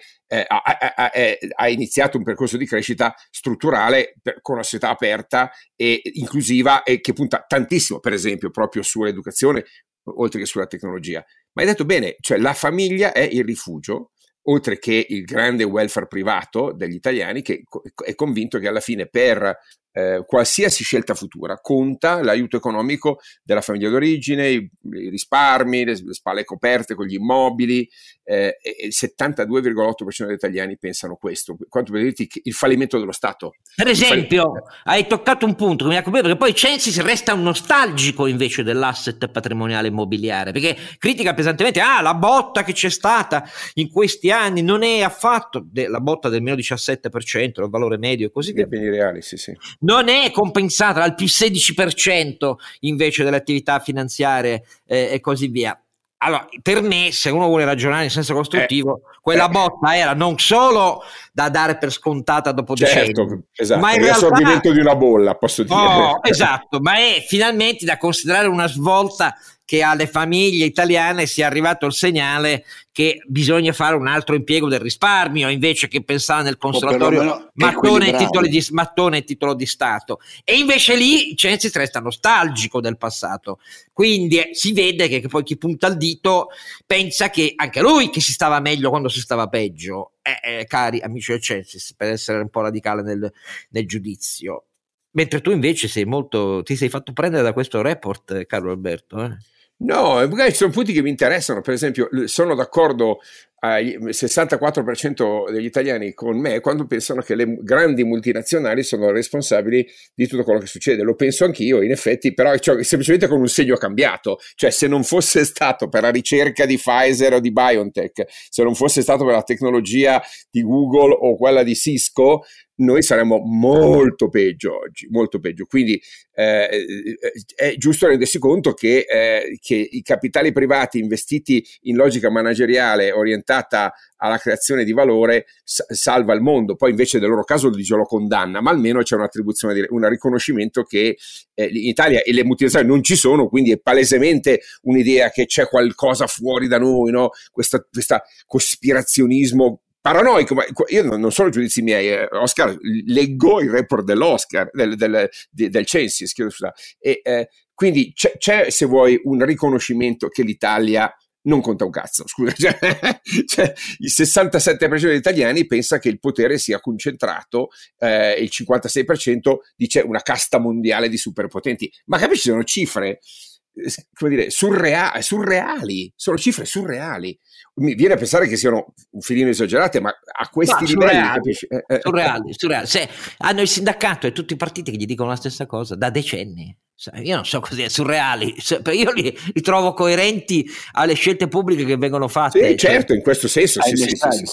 ha iniziato un percorso di crescita strutturale con una società aperta e inclusiva e che punta tantissimo, per esempio, proprio sull'educazione, oltre che sulla tecnologia. Ma hai detto bene, cioè la famiglia è il rifugio, oltre che il grande welfare privato degli italiani, che è convinto che alla fine per qualsiasi scelta futura conta l'aiuto economico della famiglia d'origine, i risparmi, le spalle coperte con gli immobili, e il 72,8% degli italiani pensano questo. Quanto per dirti il fallimento dello Stato. Per esempio, hai toccato un punto che mi ha colpito, perché poi Censis resta un nostalgico invece dell'asset patrimoniale immobiliare, perché critica pesantemente la botta che c'è stata in questi anni non è affatto la botta del meno 17%, il valore medio e così via. Beni reali, sì. Non è compensata dal più 16% invece delle attività finanziarie e così via. Allora, per me, se uno vuole ragionare in senso costruttivo, quella botta era non solo da dare per scontata dopo decenni, esatto, ma in l'assorbimento realtà, di una bolla, posso dire. Esatto, ma è finalmente da considerare una svolta che alle famiglie italiane sia arrivato il segnale che bisogna fare un altro impiego del risparmio invece che pensare nel conservatorio mattone e titolo di Stato. E invece lì Censis resta nostalgico del passato, quindi si vede che poi chi punta il dito pensa che anche lui che si stava meglio quando si stava peggio. Cari amici del Censis, per essere un po' radicale nel giudizio, mentre tu invece ti sei fatto prendere da questo report, Carlo Alberto. No, magari ci sono punti che mi interessano. Per esempio, sono d'accordo al 64% degli italiani con me quando pensano che le grandi multinazionali sono responsabili di tutto quello che succede. Lo penso anch'io, in effetti, però semplicemente con un segno cambiato. Cioè, se non fosse stato per la ricerca di Pfizer o di BioNTech, se non fosse stato per la tecnologia di Google o quella di Cisco, noi saremmo molto peggio oggi, molto peggio. Quindi è giusto rendersi conto che i capitali privati investiti in logica manageriale orientata alla creazione di valore salva il mondo. Poi invece nel loro caso lo condanna, ma almeno c'è un'attribuzione, un riconoscimento che in Italia e le multinazionali non ci sono, quindi è palesemente un'idea che c'è qualcosa fuori da noi, no? Questa cospirazionismo paranoico. Ma io non sono giudizi miei, Oscar, leggo il report dell'Oscar del Censis, e quindi c'è, se vuoi, un riconoscimento che l'Italia non conta un cazzo, scusa, cioè il 67% degli italiani pensa che il potere sia concentrato, il 56% dice una casta mondiale di superpotenti. Ma capisci, sono cifre, come dire, surreali, sono cifre surreali. Mi viene a pensare che siano un filino esagerate, ma a questi livelli surreali. Se hanno il sindacato e tutti i partiti che gli dicono la stessa cosa da decenni. Io non so cos'è, surreali. Io li trovo coerenti alle scelte pubbliche che vengono fatte. Sì, certo, in questo senso sì.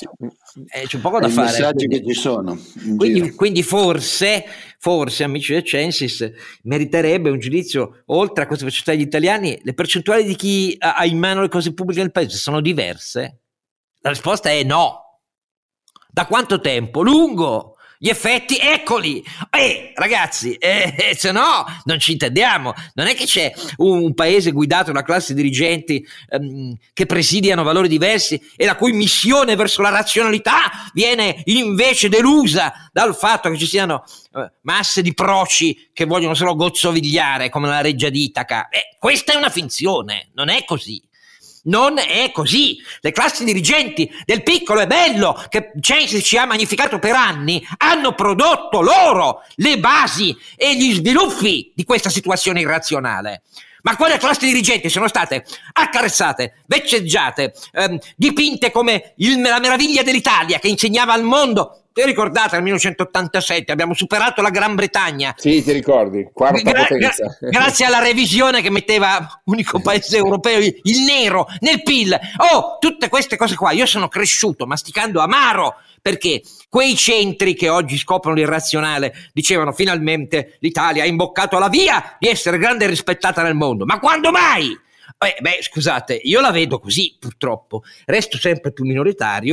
C'è poco da fare. I messaggi che ci sono. Quindi forse, amici del Censis, meriterebbe un giudizio oltre a queste percentuali degli italiani. Le percentuali di chi ha in mano le cose pubbliche nel paese sono diverse? La risposta è no. Da quanto tempo? Lungo. Gli effetti, eccoli! Ragazzi, se no non ci intendiamo. Non è che c'è un paese guidato da classi dirigenti che presidiano valori diversi e la cui missione verso la razionalità viene invece delusa dal fatto che ci siano masse di proci che vogliono solo gozzovigliare come la reggia d'Itaca. Questa è una finzione, non è così. Non è così. Le classi dirigenti del piccolo e bello che Censis ci ha magnificato per anni hanno prodotto loro le basi e gli sviluppi di questa situazione irrazionale. Ma quelle classi dirigenti sono state accarezzate, vezzeggiate, dipinte come la meraviglia dell'Italia che insegnava al mondo. Vi ricordate, nel 1987 abbiamo superato la Gran Bretagna. Sì, ti ricordi, quarta potenza. Grazie alla revisione che metteva unico paese europeo il nero nel PIL. Tutte queste cose qua. Io sono cresciuto masticando amaro, perché quei centri che oggi scoprono l'irrazionale dicevano finalmente l'Italia ha imboccato la via di essere grande e rispettata nel mondo. Ma quando mai? Scusate, io la vedo così, purtroppo. Resto sempre più minoritario.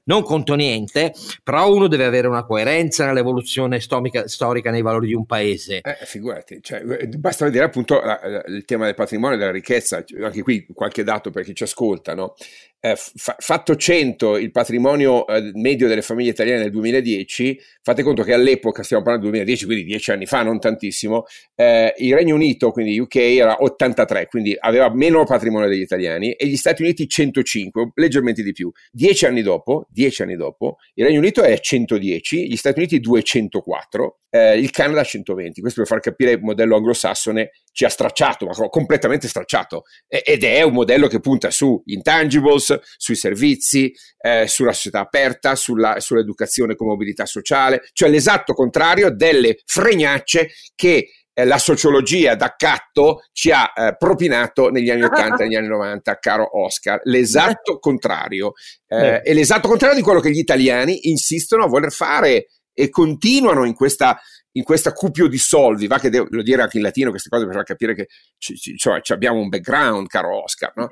non conto niente, però uno deve avere una coerenza nell'evoluzione storica nei valori di un paese. Figurati, cioè, basta vedere appunto il tema del patrimonio e della ricchezza, anche qui qualche dato per chi ci ascolta, no? Fatto 100 il patrimonio medio delle famiglie italiane nel 2010, fate conto che all'epoca, stiamo parlando del 2010, quindi 10 anni fa, non tantissimo, il Regno Unito, quindi UK, era 83, quindi aveva meno patrimonio degli italiani, e gli Stati Uniti 105, leggermente di più. 10 anni dopo, il Regno Unito è 110, gli Stati Uniti 204, il Canada 120. Questo per far capire il modello anglosassone ci ha stracciato, ma completamente stracciato, ed è un modello che punta su intangibles, sui servizi, sulla società aperta, sull'educazione con mobilità sociale, cioè l'esatto contrario delle fregnacce che la sociologia d'accatto ci ha propinato negli anni 80 e negli anni 90, caro Oscar, l'esatto contrario, è l'esatto contrario di quello che gli italiani insistono a voler fare e continuano in questa cupio di soldi. Va che devo dire anche in latino queste cose per far capire che cioè, abbiamo un background, caro Oscar, no?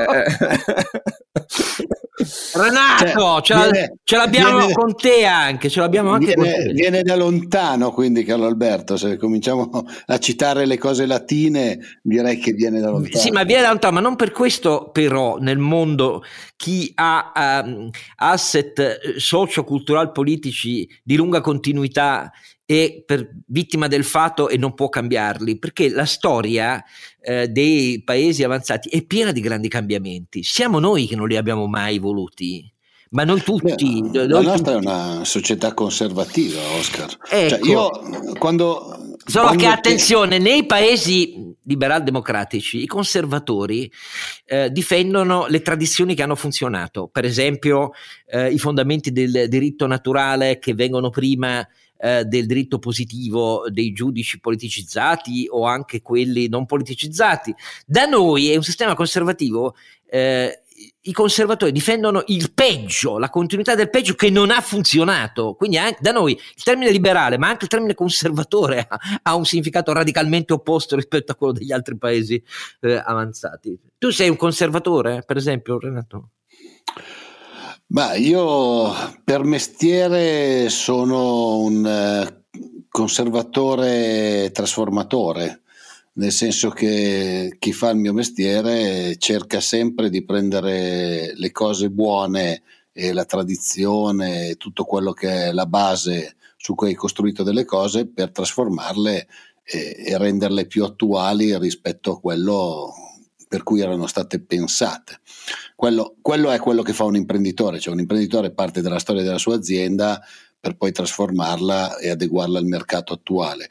Renato, ce l'abbiamo con te anche, ce l'abbiamo anche con te. Viene da lontano, quindi, Carlo Alberto, se cominciamo a citare le cose latine direi che viene da lontano. Sì, ma viene da lontano, ma non per questo però nel mondo chi ha asset socio-cultural politici di lunga continuità è per vittima del fato e non può cambiarli, perché la storia dei paesi avanzati è piena di grandi cambiamenti. Siamo noi che non li abbiamo mai voluti, ma noi tutti. La nostra è una società conservativa, Oscar. Ecco. Cioè io Solo che attenzione, nei paesi liberal-democratici i conservatori difendono le tradizioni che hanno funzionato, per esempio i fondamenti del diritto naturale che vengono prima del diritto positivo dei giudici politicizzati o anche quelli non politicizzati. Da noi è un sistema conservativo, i conservatori difendono il peggio, la continuità del peggio che non ha funzionato, quindi anche da noi il termine liberale ma anche il termine conservatore ha un significato radicalmente opposto rispetto a quello degli altri paesi avanzati. Tu sei un conservatore, per esempio, Renato? Ma io per mestiere sono un conservatore trasformatore, nel senso che chi fa il mio mestiere cerca sempre di prendere le cose buone e la tradizione e tutto quello che è la base su cui hai costruito delle cose per trasformarle e renderle più attuali rispetto a quello per cui erano state pensate. Quello è quello che fa un imprenditore, cioè un imprenditore parte dalla storia della sua azienda per poi trasformarla e adeguarla al mercato attuale.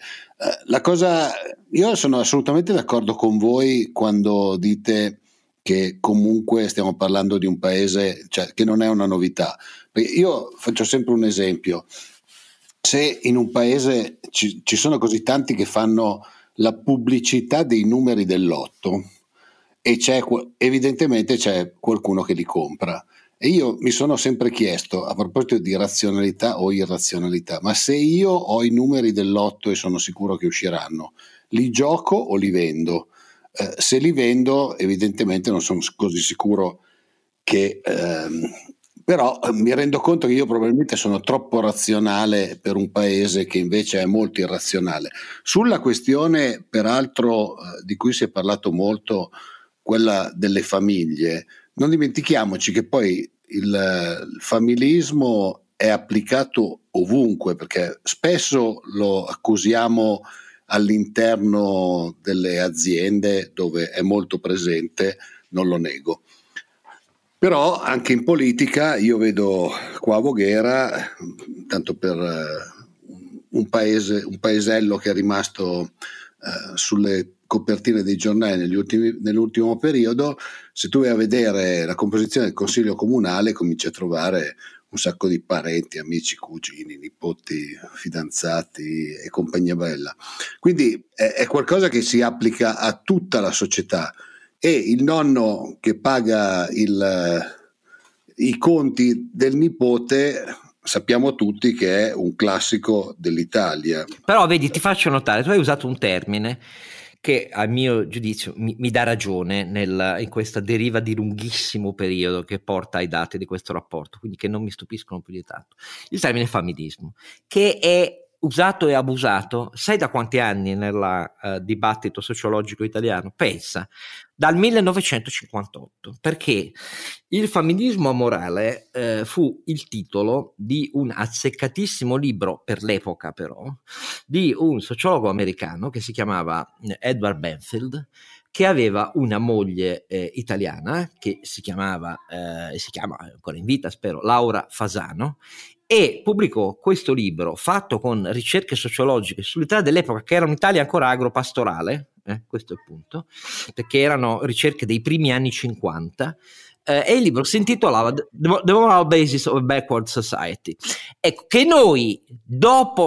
Io sono assolutamente d'accordo con voi quando dite che comunque stiamo parlando di un paese, cioè, che non è una novità. Io faccio sempre un esempio: se in un paese ci sono così tanti che fanno la pubblicità dei numeri del lotto e evidentemente c'è qualcuno che li compra, e io mi sono sempre chiesto, a proposito di razionalità o irrazionalità, ma se io ho i numeri del lotto e sono sicuro che usciranno, li gioco o li vendo? Se li vendo evidentemente non sono così sicuro che però mi rendo conto che io probabilmente sono troppo razionale per un paese che invece è molto irrazionale. Sulla questione peraltro di cui si è parlato molto, quella delle famiglie, non dimentichiamoci che poi il familismo è applicato ovunque, perché spesso lo accusiamo all'interno delle aziende dove è molto presente, non lo nego. Però anche in politica io vedo qua a Voghera, tanto per un paesello che è rimasto sulle copertine dei giornali nell'ultimo periodo, se tu vai a vedere la composizione del consiglio comunale cominci a trovare un sacco di parenti, amici, cugini, nipoti, fidanzati e compagnia bella. Quindi è qualcosa che si applica a tutta la società, e il nonno che paga i conti del nipote sappiamo tutti che è un classico dell'Italia. Però vedi, ti faccio notare, tu hai usato un termine che a mio giudizio mi dà ragione in questa deriva di lunghissimo periodo che porta ai dati di questo rapporto, quindi che non mi stupiscono più di tanto. Il termine familismo, che è usato e abusato, sai da quanti anni nel dibattito sociologico italiano? Pensa, dal 1958, perché il familismo amorale fu il titolo di un azzeccatissimo libro, per l'epoca però, di un sociologo americano che si chiamava Edward Benfield, che aveva una moglie italiana che si chiama ancora in vita, spero, Laura Fasano, e pubblicò questo libro fatto con ricerche sociologiche sull'Italia dell'epoca, che era un'Italia ancora agropastorale, questo è il punto, perché erano ricerche dei primi anni 50, e il libro si intitolava The Moral Basis of a Backward Society. Ecco, che noi dopo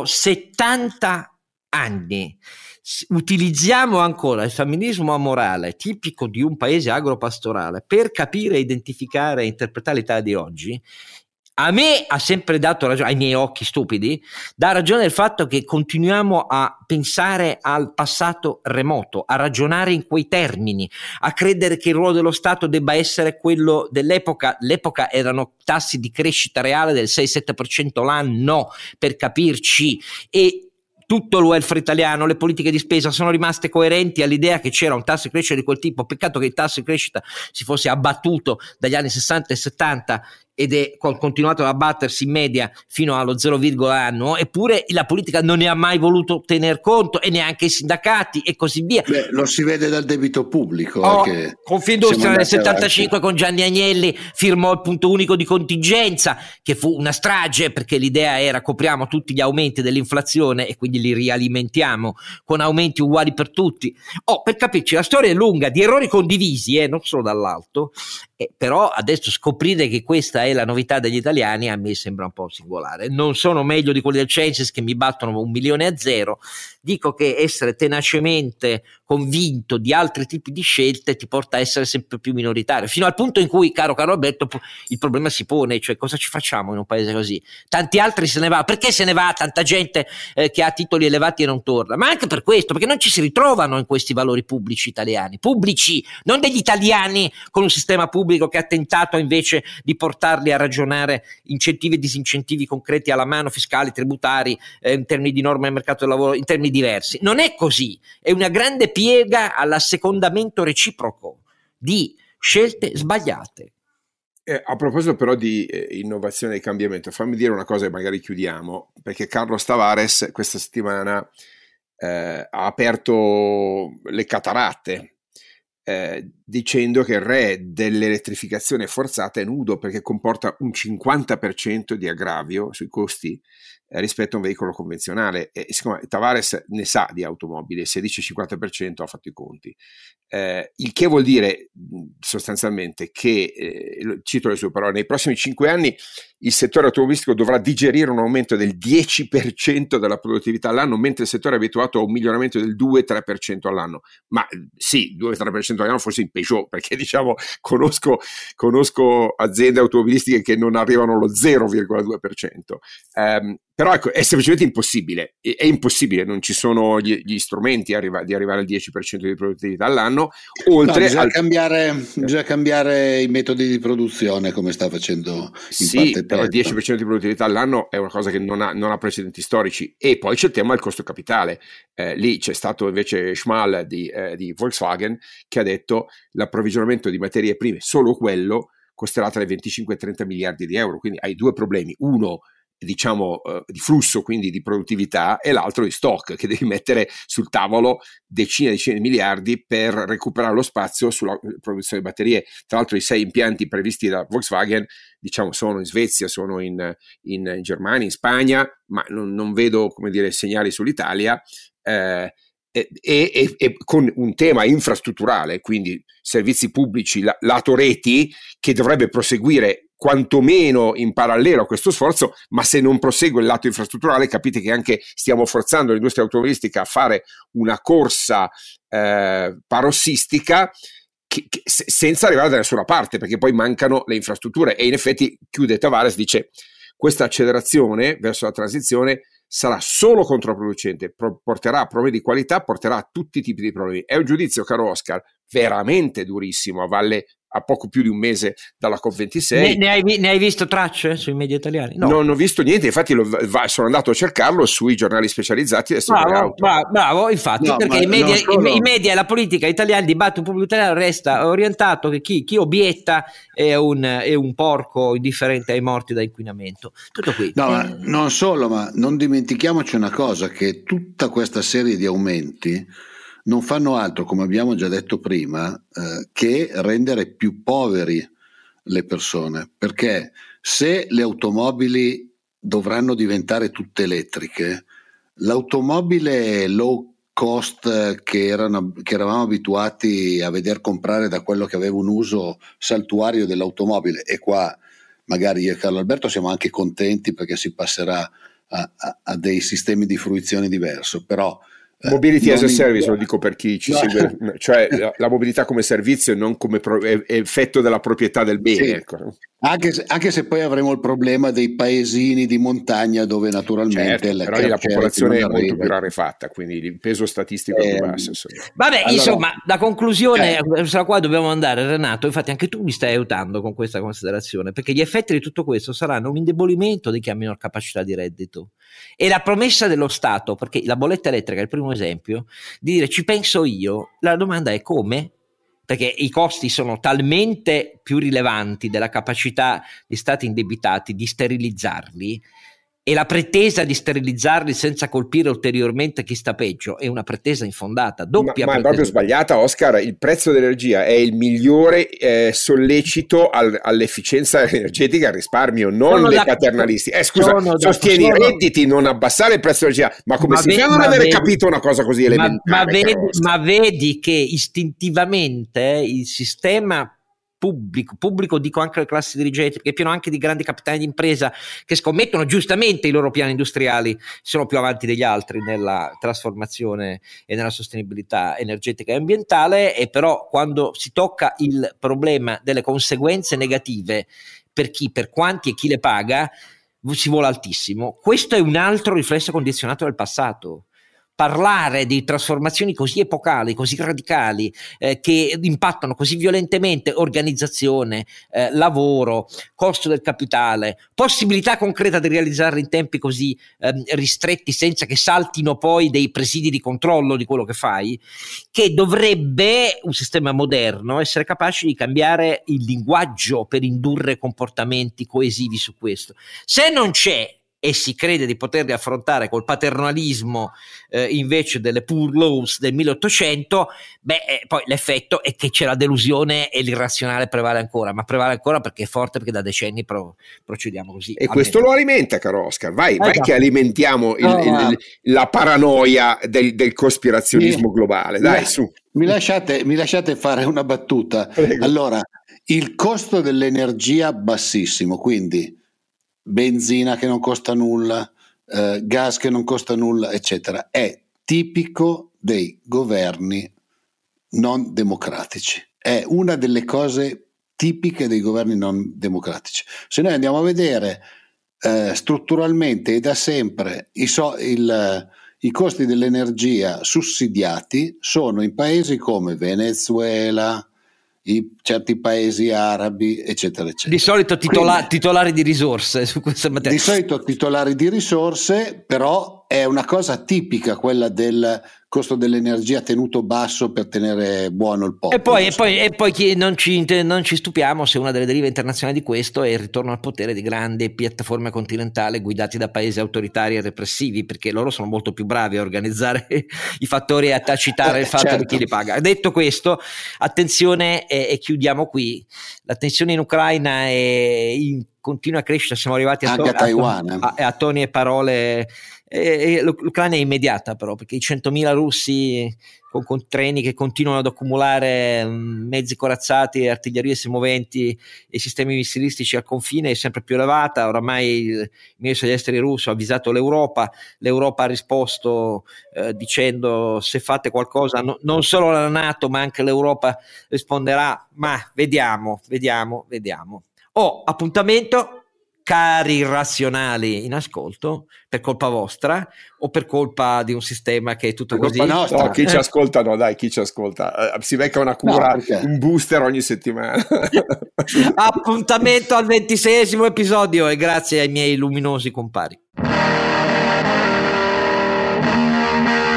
70 anni utilizziamo ancora il femminismo amorale tipico di un paese agropastorale per capire, identificare e interpretare l'Italia di oggi, a me ha sempre dato ragione, ai miei occhi stupidi, dà ragione il fatto che continuiamo a pensare al passato remoto, a ragionare in quei termini, a credere che il ruolo dello Stato debba essere quello dell'epoca. L'epoca erano tassi di crescita reale del 6-7% l'anno, per capirci, e tutto il welfare italiano, le politiche di spesa sono rimaste coerenti all'idea che c'era un tasso di crescita di quel tipo. Peccato che il tasso di crescita si fosse abbattuto dagli anni 60 e 70 ed è continuato ad abbattersi in media fino allo 0, anno, eppure la politica non ne ha mai voluto tener conto, e neanche i sindacati e così via. Beh, lo si vede dal debito pubblico. Che Confindustria nel 75 con Gianni Agnelli firmò il punto unico di contingenza, che fu una strage, perché l'idea era: copriamo tutti gli aumenti dell'inflazione e quindi li rialimentiamo con aumenti uguali per tutti. Per capirci, la storia è lunga, di errori condivisi, non solo dall'alto, però adesso scoprire che questa è la novità degli italiani a me sembra un po' singolare. Non sono meglio di quelli del Censis che mi battono 1.000.000. Dico che essere tenacemente convinto di altri tipi di scelte ti porta a essere sempre più minoritario, fino al punto in cui, caro Alberto, il problema si pone, cioè cosa ci facciamo in un paese così? Tanti altri se ne va, perché se ne va tanta gente che ha titoli elevati e non torna? Ma anche per questo, perché non ci si ritrovano in questi valori pubblici italiani, pubblici, non degli italiani con un sistema pubblico che ha tentato invece di portarli a ragionare incentivi e disincentivi concreti alla mano, fiscali, tributari, in termini di norme del mercato del lavoro, in termini diversi. Non è così, è una grande piega all'assecondamento reciproco di scelte sbagliate. A proposito però di innovazione e cambiamento, fammi dire una cosa e magari chiudiamo, perché Carlos Tavares questa settimana ha aperto le cataratte dicendo che il re dell'elettrificazione forzata è nudo, perché comporta un 50% di aggravio sui costi rispetto a un veicolo convenzionale, e siccome Tavares ne sa di automobili, se dice 50% ha fatto i conti, il che vuol dire sostanzialmente che, cito le sue parole, nei prossimi 5 anni il settore automobilistico dovrà digerire un aumento del 10% della produttività all'anno, mentre il settore è abituato a un miglioramento del 2-3% all'anno. Ma sì, 2-3% all'anno forse in Peugeot, perché diciamo conosco aziende automobilistiche che non arrivano allo 0,2%. Però ecco, è semplicemente impossibile, è impossibile, non ci sono gli strumenti di arrivare al 10% di produttività all'anno, oltre bisogna cambiare i metodi di produzione, come sta facendo in parte però il 10% di produttività all'anno è una cosa che non ha precedenti storici. E poi c'è il tema del costo capitale, lì c'è stato invece Schmal di Volkswagen che ha detto l'approvvigionamento di materie prime, solo quello, costerà tra i 25 e 30 miliardi di euro, quindi hai due problemi: uno diciamo di flusso, quindi di produttività, e l'altro di stock, che devi mettere sul tavolo decine di miliardi per recuperare lo spazio sulla produzione di batterie. Tra l'altro i 6 impianti previsti da Volkswagen diciamo sono in Svezia, sono in Germania, in Spagna, ma non vedo, come dire, segnali sull'Italia, e con un tema infrastrutturale, quindi servizi pubblici lato reti, che dovrebbe proseguire quantomeno in parallelo a questo sforzo. Ma se non prosegue il lato infrastrutturale, capite che anche stiamo forzando l'industria automobilistica a fare una corsa parossistica senza arrivare da nessuna parte, perché poi mancano le infrastrutture. E in effetti chiude Tavares, dice: questa accelerazione verso la transizione sarà solo controproducente, porterà problemi di qualità, porterà tutti i tipi di problemi. È un giudizio, caro Oscar, veramente durissimo, a poco più di un mese dalla COP26. Ne hai visto tracce sui media italiani? No. Non ho visto niente, infatti sono andato a cercarlo sui giornali specializzati. Bravo, infatti, no, perché i media e la politica italiana, il dibattito pubblico italiano resta orientato che chi obietta è un porco indifferente ai morti da inquinamento. Tutto qui. No, ma non solo, ma non dimentichiamoci una cosa, che tutta questa serie di aumenti non fanno altro, come abbiamo già detto prima, che rendere più poveri le persone, perché se le automobili dovranno diventare tutte elettriche, l'automobile low cost che eravamo abituati a veder comprare da quello che aveva un uso saltuario dell'automobile, e qua magari io e Carlo Alberto siamo anche contenti perché si passerà a dei sistemi di fruizione diverso, però Mobility as a service, lo dico per chi ci segue, cioè la mobilità come servizio e non come effetto della proprietà del bene. Sì. Ecco. Anche se poi avremo il problema dei paesini di montagna dove naturalmente però la popolazione è molto più rarefatta, quindi il peso statistico è più basso. Vabbè, allora, insomma, la conclusione sulla quale dobbiamo andare, Renato, infatti anche tu mi stai aiutando con questa considerazione, perché gli effetti di tutto questo saranno un indebolimento di chi ha minor capacità di reddito e la promessa dello Stato, perché la bolletta elettrica è il primo esempio, di dire ci penso io. La domanda è come? Perché i costi sono talmente più rilevanti della capacità di stati indebitati di sterilizzarli, e la pretesa di sterilizzarli senza colpire ulteriormente chi sta peggio è una pretesa infondata, doppia. Ma è proprio sbagliata, Oscar. Il prezzo dell'energia è il migliore sollecito all'efficienza energetica e al risparmio, non le paternalisti. Scusa, sostieni i redditi, non abbassare il prezzo dell'energia, ma come si fa a non aver capito una cosa così elementare? Ma vedi che istintivamente il sistema pubblico, dico anche alle classi dirigenti, perché è pieno anche di grandi capitani d'impresa che scommettono giustamente i loro piani industriali sono più avanti degli altri nella trasformazione e nella sostenibilità energetica e ambientale, e però quando si tocca il problema delle conseguenze negative per quanti e chi le paga, si vola altissimo. Questo è un altro riflesso condizionato del passato. Parlare di trasformazioni così epocali, così radicali, che impattano così violentemente organizzazione, lavoro, costo del capitale, possibilità concreta di realizzarle in tempi così ristretti senza che saltino poi dei presidi di controllo di quello che fai, che dovrebbe un sistema moderno essere capace di cambiare il linguaggio per indurre comportamenti coesivi su questo. Se non c'è e si crede di poterli affrontare col paternalismo invece delle poor laws del 1800, poi l'effetto è che c'è la delusione e l'irrazionale prevale ancora, ma prevale ancora perché è forte, perché da decenni procediamo così. E questo lo alimenta, caro Oscar, vai che alimentiamo la paranoia del cospirazionismo globale, dai, su. Mi lasciate fare una battuta. Prego. Allora, il costo dell'energia bassissimo, quindi benzina che non costa nulla, gas che non costa nulla, eccetera, è tipico dei governi non democratici. È una delle cose tipiche dei governi non democratici. Se noi andiamo a vedere strutturalmente e da sempre i costi dell'energia sussidiati sono in paesi come Venezuela, certi paesi arabi, eccetera, eccetera. Di solito titolari di risorse su questa materia. Di solito titolari di risorse, però è una cosa tipica quella del costo dell'energia tenuto basso per tenere buono il popolo. E poi non ci stupiamo se una delle derive internazionali di questo è il ritorno al potere di grandi piattaforme continentali guidati da paesi autoritari e repressivi, perché loro sono molto più bravi a organizzare i fattori e a tacitare il fatto di chi li paga. Detto questo, attenzione, e chiudiamo qui. La tensione in Ucraina è in continua crescita, siamo arrivati anche a Taiwan, a toni e parole. L'Ucraina è immediata, però, perché i 100.000 russi con treni che continuano ad accumulare mezzi corazzati, artiglierie semoventi e sistemi missilistici al confine è sempre più elevata. Oramai il ministro degli esteri russo ha avvisato l'Europa ha risposto dicendo: se fate qualcosa non solo la NATO ma anche l'Europa risponderà, ma vediamo. Appuntamento cari irrazionali in ascolto, per colpa vostra o per colpa di un sistema che è tutto così? No, chi ci ascolta, chi ci ascolta si becca una cura, un booster ogni settimana. Appuntamento al 26esimo episodio e grazie ai miei luminosi compari.